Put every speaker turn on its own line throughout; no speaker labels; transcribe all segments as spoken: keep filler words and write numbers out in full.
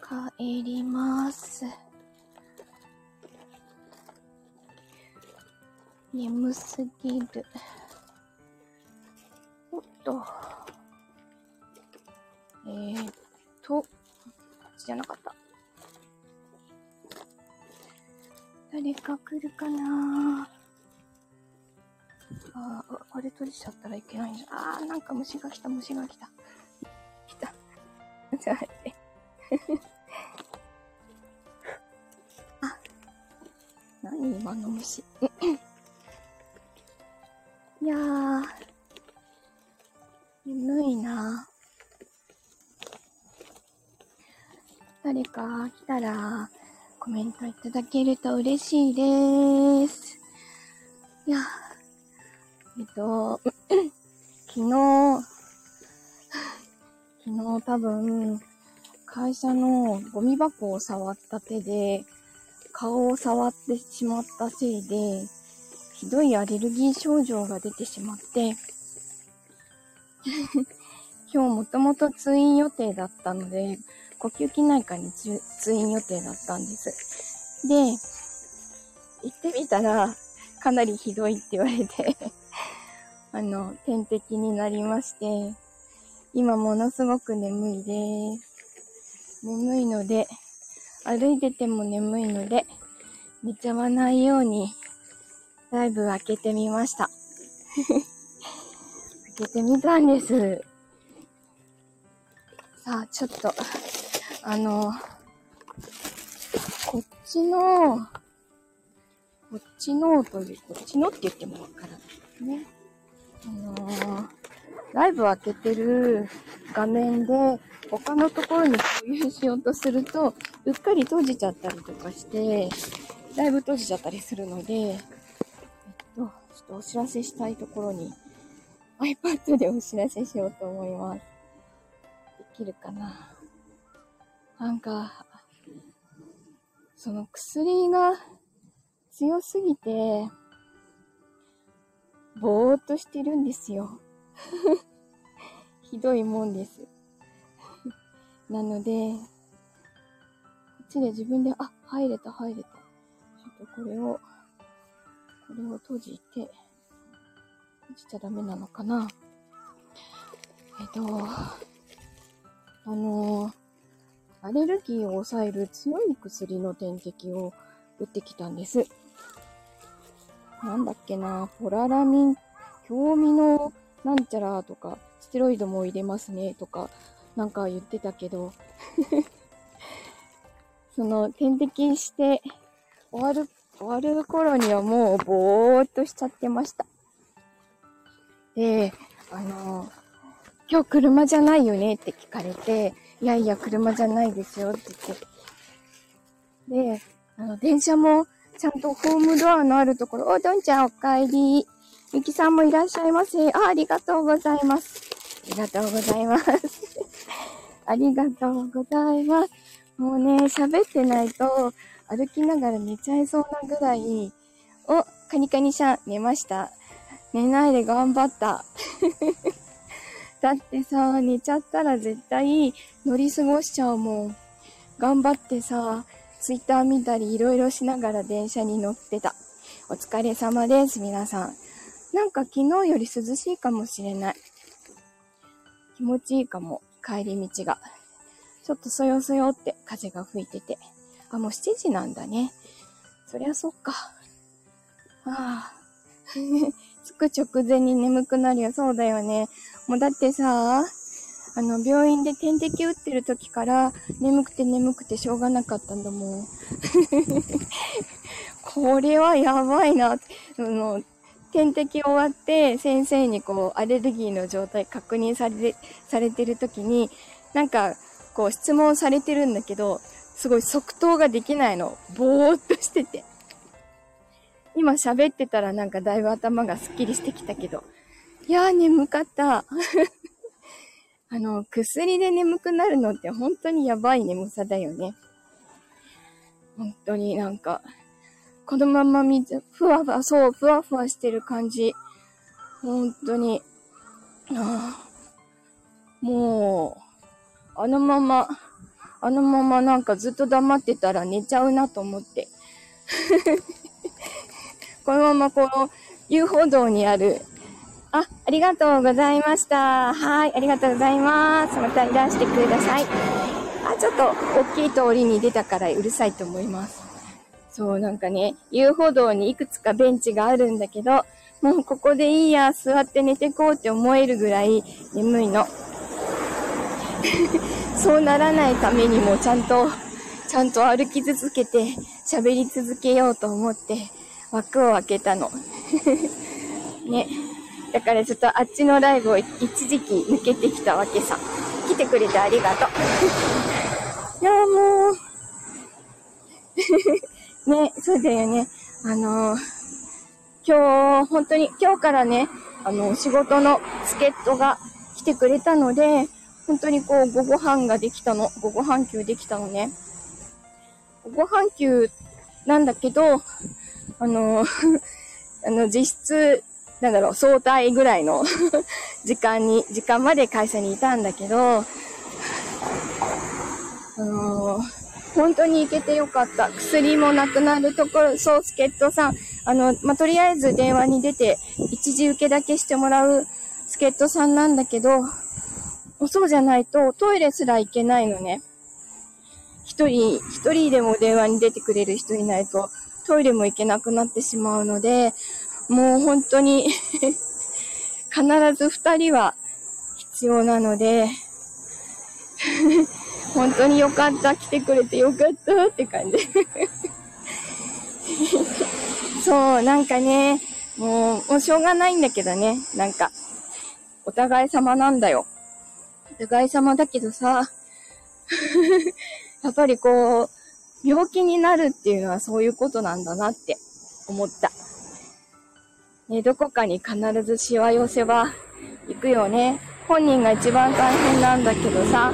帰ります。眠すぎる。おっと。えーっと、こっちじゃなかった。誰か来るかなあー、これ閉じちゃったらいけないんじゃ。あー、なんか虫が来た、虫が来た。来た。ちょっと待って。あ、何今の虫。いやー、眠いな。誰か来たらコメントいただけると嬉しいです。いや、えっと、昨日、昨日多分、会社のゴミ箱を触った手で、顔を触ってしまったせいで、ひどいアレルギー症状が出てしまって、今日もともと通院予定だったので、呼吸器内科に通院予定だったんです。で、行ってみたら、かなりひどいって言われて、あの、点滴になりまして、今ものすごく眠いです。眠いので、歩いてても眠いので、寝ちゃわないように、だいぶ開けてみました。開けてみたんです。さあ、ちょっと、あの、こっちの、こっちのという、こっちのって言ってもわからないですね。あのー、ライブ開けてる画面で他のところに共有しようとすると、うっかり閉じちゃったりとかして、ライブ閉じちゃったりするので、えっと、ちょっとお知らせしたいところに iPad でお知らせしようと思います。できるかな？なんか、その薬が強すぎて、ぼーっとしてるんですよ。ひどいもんです。なので、こっちで自分で、あ、入れた入れた。ちょっとこれを、これを閉じて、閉じちゃダメなのかな。えっと、あのー、アレルギーを抑える強い薬の点滴を打ってきたんです。なんだっけな、ポララミン、興味のなんちゃらとか、ステロイドも入れますねとか、なんか言ってたけど、その点滴して終わる、終わる頃にはもうぼーっとしちゃってました。で、あの、今日車じゃないよねって聞かれて、いやいや車じゃないですよって言って。で、あの、電車もちゃんとホームドアのあるところ、お、どんちゃんお帰り。ゆきさんもいらっしゃいませ。あ、ありがとうございます。ありがとうございます。ありがとうございます。もうね、喋ってないと歩きながら寝ちゃいそうなぐらい、お、カニカニさん、寝ました。寝ないで頑張った。だってさ、寝ちゃったら絶対乗り過ごしちゃうもん。頑張ってさ、ツイッター見たりいろいろしながら電車に乗ってた。お疲れ様です、皆さん。なんか昨日より涼しいかもしれない。気持ちいいかも、帰り道が。ちょっとそよそよって風が吹いてて。あ、もうしちじなんだね。そりゃそっか。ああ。着く直前に眠くなるよ。そうだよね。もうだってさ、あの、病院で点滴打ってる時から眠くて眠くてしょうがなかったんだもん。これはやばいな。あの、点滴終わって先生にこう、アレルギーの状態確認され、されてる時に、なんか、こう、質問されてるんだけど、すごい即答ができないの。ぼーっとしてて。今喋ってたらなんかだいぶ頭がスッキリしてきたけど。いやー眠かった。あの、薬で眠くなるのって本当にやばい眠さだよね。本当になんか、このまま水、ふわふわ、そう、ふわふわしてる感じ。本当に。ああ、もう、あのまま、 あのままなんかずっと黙ってたら寝ちゃうなと思って。このままこの遊歩道にある、あ、ありがとうございました。はい、ありがとうございます。またいらしてください。あ、ちょっと大きい通りに出たからうるさいと思います。そう、なんかね、遊歩道にいくつかベンチがあるんだけど、もうここでいいや、座って寝てこうって思えるぐらい眠いの。そうならないためにもちゃんと、ちゃんと歩き続けて喋り続けようと思って枠を開けたの。ね。だからちょっとあっちのライブを一時期抜けてきたわけさ。来てくれてありがとう。いやもう。ね、そうだよね。あのー、今日、本当に今日からね、あの、仕事の助っ人が来てくれたので、本当にこう、午後半ができたの。午後半休できたのね。午後半休なんだけど、あの、あの、実質、なんだろう、相対ぐらいの時間に、時間まで会社にいたんだけど、あの、本当に行けてよかった。薬もなくなるところ、そう、助っ人さん、あの、まあ、とりあえず電話に出て、一時受けだけしてもらう助っ人さんなんだけど、そうじゃないとトイレすら行けないのね。一人、一人でも電話に出てくれる人いないとトイレも行けなくなってしまうので、もう本当に必ず二人は必要なので、本当によかった。来てくれてよかったって感じ。そう、なんかね、もう、もうしょうがないんだけどね。なんか、お互い様なんだよ。お互い様だけどさ、やっぱりこう、病気になるっていうのはそういうことなんだなって思った。ね、どこかに必ずしわ寄せは行くよね。本人が一番大変なんだけどさ。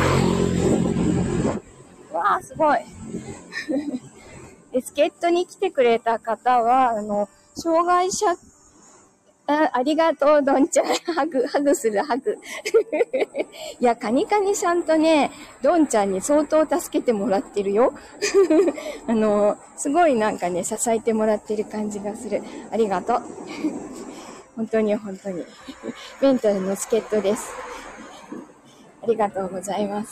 わー、すごい。で、助っ人に来てくれた方は、あの、障害者、あ、ありがとう、どんちゃん。ハグ、ハグする、ハグ。いや、カニカニさんとね、どんちゃんに相当助けてもらってるよ。あの、すごいなんかね、支えてもらってる感じがする。ありがとう。本当に本当に。メンタルの助っ人です。ありがとうございます。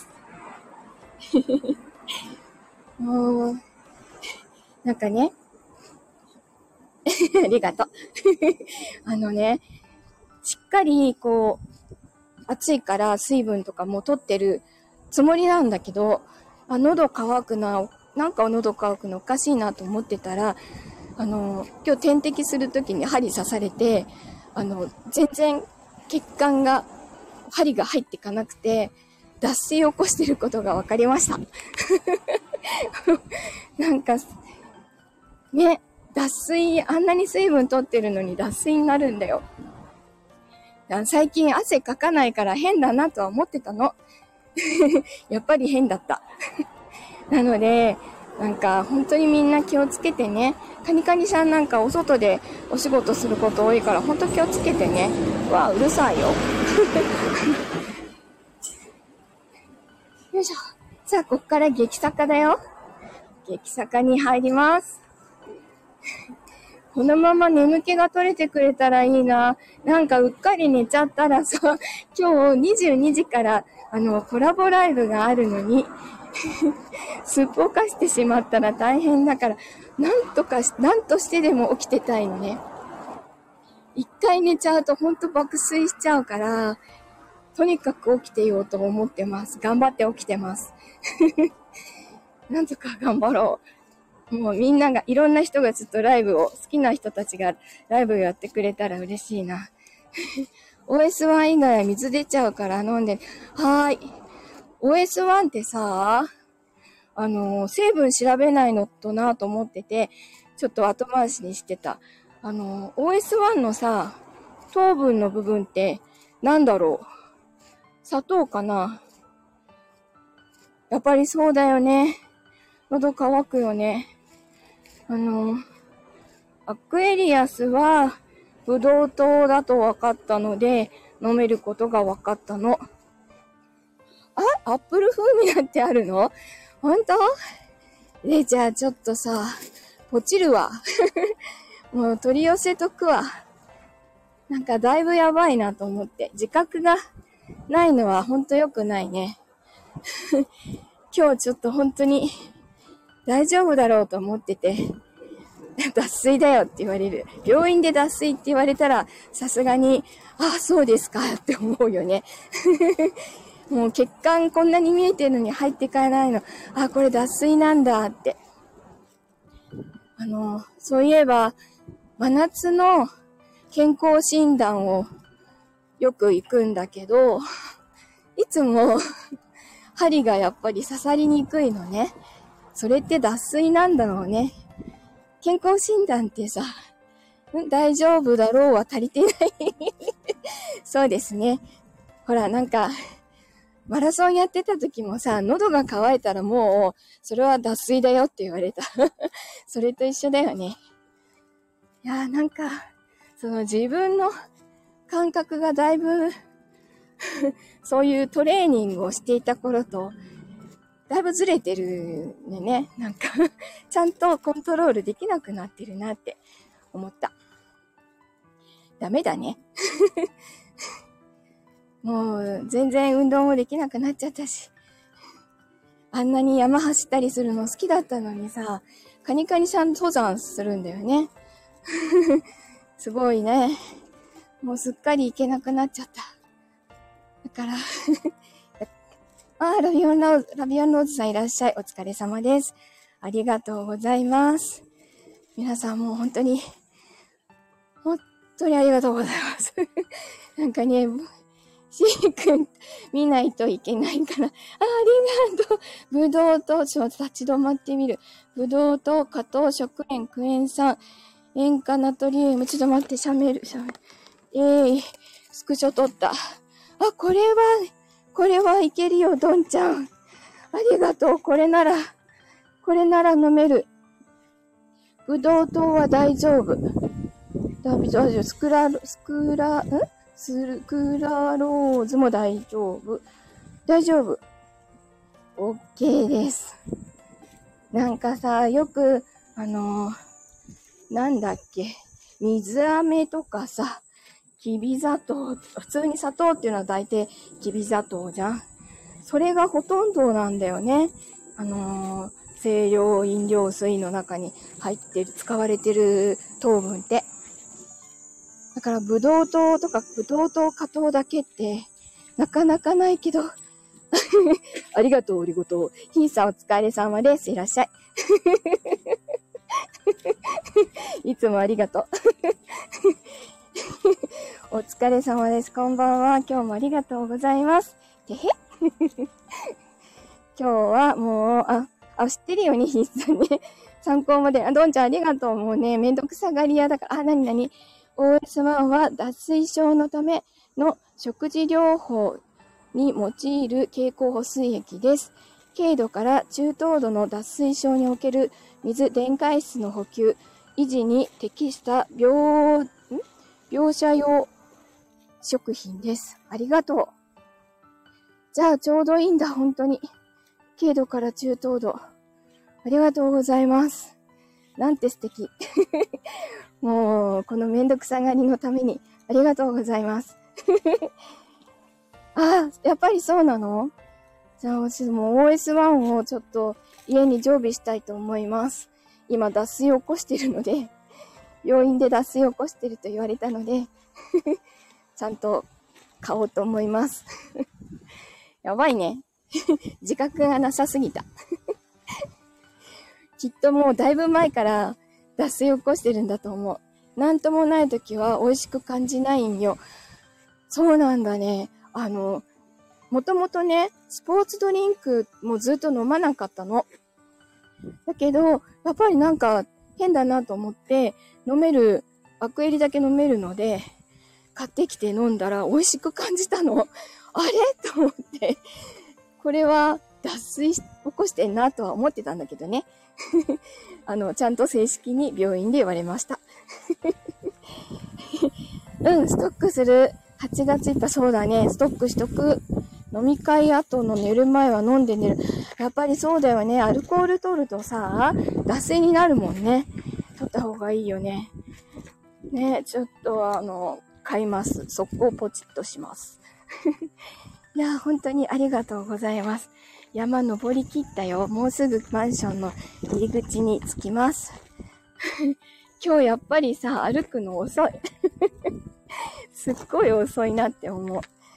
もう、なんかね、ありがとう。あのね、しっかり、こう、暑いから水分とかも取ってるつもりなんだけど、あ、喉乾くな、なんか喉乾くのおかしいなと思ってたら、あの、今日点滴するときに針刺されて、あの、全然血管が、針が入っていかなくて、脱水を起こしてることが分かりました。なんか、ね、脱水、あんなに水分取ってるのに脱水になるんだよ。最近汗かかないから変だなとは思ってたの。やっぱり変だった。なので、なんか本当にみんな気をつけてね。カニカニさんなんかお外でお仕事すること多いから本当気をつけてね。わあ、うるさいよ。よいしょ。さあ、こっから激坂だよ。激坂に入ります。このまま眠気が取れてくれたらいいな。なんかうっかり寝ちゃったらさ、今日にじゅうにじからあのコラボライブがあるのに、すっぽかしてしまったら大変だから、なんとかし、なんとしてでも起きてたいのね。一回寝ちゃうとほんと爆睡しちゃうから、とにかく起きてようと思ってます。頑張って起きてます。なんとか頑張ろう。もうみんなが、いろんな人がずっとライブを、好きな人たちがライブをやってくれたら嬉しいな。オーエスワン 以外は水出ちゃうから飲んで、はーい。オーエスワン ってさ、あの、成分調べないのとなと思ってて、ちょっと後回しにしてた。あの、オーエスワン のさ、糖分の部分ってなんだろう。砂糖かな？やっぱりそうだよね。喉乾くよね。あの、アクエリアスはブドウ糖だと分かったので、飲めることが分かったの。あ、 アップル風味なんてあるの？ほんと？で、じゃあちょっとさ、ポチるわ。もう取り寄せとくわ。なんかだいぶやばいなと思って。自覚がないのはほんと良くないね。今日ちょっと本当に大丈夫だろうと思ってて、脱水だよって言われる。病院で脱水って言われたら、さすがに、ああ、そうですかって思うよね。もう血管こんなに見えてるのに入っていかないの。ああ、これ脱水なんだって。あの、そういえば、真夏の健康診断をよく行くんだけど、いつも針がやっぱり刺さりにくいのね。それって脱水なんだろうね。健康診断ってさ、大丈夫だろうは足りてない。そうですね。ほら、なんか、マラソンやってた時もさ、喉が渇いたらもう、それは脱水だよって言われた。それと一緒だよね。いやーなんか、その自分の感覚がだいぶ、そういうトレーニングをしていた頃と、だいぶずれてるんでね、なんか、ちゃんとコントロールできなくなってるなって思った。ダメだね。もう、全然運動もできなくなっちゃったし、あんなに山走ったりするの好きだったのにさ、カニカニさん登山するんだよね。すごいね。もうすっかり行けなくなっちゃった。だから、あー、ラビオンローズ、ラビオンローズさんいらっしゃい。お疲れ様です。ありがとうございます。皆さんもう本当に、本当にありがとうございます。なんかね、シー君見ないといけないから、あ、ありがとう。ぶどうと、ちょっと立ち止まってみる。ぶどうと、加糖食塩、クエン酸、塩化ナトリウム、ちょっと待って、しゃべる、しゃべる。えー、スクショ撮った。あ、これは、これはいけるよ、どんちゃん。ありがとう。これなら、これなら飲める。ぶどう糖は大丈夫。大丈夫。スクラ、スクラ、んスクラローズも大丈夫。大丈夫。OK です。なんかさ、よく、あのー、なんだっけ、水飴とかさ、きび砂糖、普通に砂糖っていうのは大体きび砂糖じゃん。それがほとんどなんだよね。あのー、清涼飲料水の中に入ってる、使われてる糖分って。だから、ブドウ糖とか、ブドウ糖果糖だけって、なかなかないけど、ありがとう、おりごと。ひーさんお疲れ様です。いらっしゃい。いつもありがとう。お疲れ様です。こんばんは。今日もありがとうございます。てへ今日はもう、あ、あ、知ってるよね、ひーさんね。参考まで。あ、どんちゃんありがとう。もうね、めんどくさがり屋だから。あ、なになに オーエスワン は脱水症のための食事療法に用いる経口補水液です。軽度から中等度の脱水症における水電解質の補給、維持に適した病、ん描写用食品です。ありがとう。じゃあちょうどいいんだ、本当に。軽度から中等度。ありがとうございます。なんて素敵。もう、このめんどくさがりのために、ありがとうございます。あ、やっぱりそうなの？じゃあ、私も オーエスワン をちょっと家に常備したいと思います。今、脱水を起こしているので、病院で脱水を起こしていると言われたので、ちゃんと買おうと思います。やばいね。自覚がなさすぎた。きっともうだいぶ前から脱水を起こしてるんだと思う。なんともない時は美味しく感じないんよ。そうなんだね。あの、もともとね、スポーツドリンクもずっと飲まなかったの。だけど、やっぱりなんか変だなと思って、飲める、アクエリだけ飲めるので、買ってきて飲んだら美味しく感じたの。あれと思って、これは脱水起こしてんなとは思ってたんだけどね。あの、ちゃんと正式に病院で言われました。うん、ストックする。はちがついっぱい、そうだね。ストックしとく。 飲み会後の寝る前は飲んで寝る。やっぱりそうだよね。アルコール取るとさ、脱水になるもんね。取った方がいいよね。ね、ちょっとあの、買います。速攻ポチッとします。いや、本当にありがとうございます。山登り切ったよ。もうすぐマンションの入り口に着きます。今日やっぱりさ、歩くの遅い。すっごい遅いなって思う。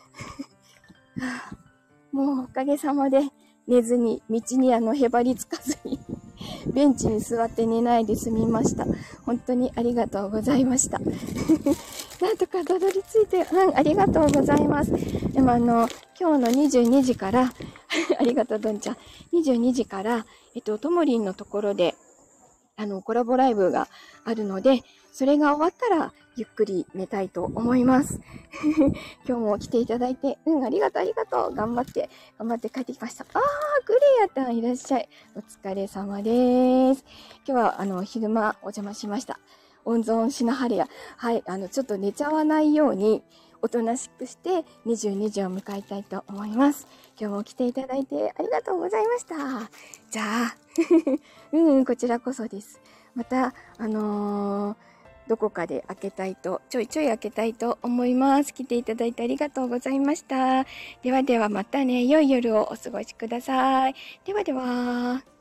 もうおかげさまで寝ずに、道にあのへばりつかずに、ベンチに座って寝ないで済みました。本当にありがとうございました。なんとかたどり着いて、うん、ありがとうございます。でもあの、今日のにじゅうにじから、ありがとうどんちゃん。にじゅうにじから、えっと、ともりんのところで、あの、コラボライブがあるので、それが終わったら、ゆっくり寝たいと思います。今日も来ていただいて、うん、ありがとう、ありがとう。頑張って、頑張って帰ってきました。あー、グレアタンいらっしゃい。お疲れ様です。今日は、あの、昼間お邪魔しました。温存しなはれや。はい、あの、ちょっと寝ちゃわないように、おとなしくしてにじゅうにじを迎えたいと思います。今日も来ていただいてありがとうございました。じゃあ、うん、こちらこそです。また、あのー、どこかで開けたいと、ちょいちょい開けたいと思います。来ていただいてありがとうございました。ではではまたね、良い夜をお過ごしください。ではでは。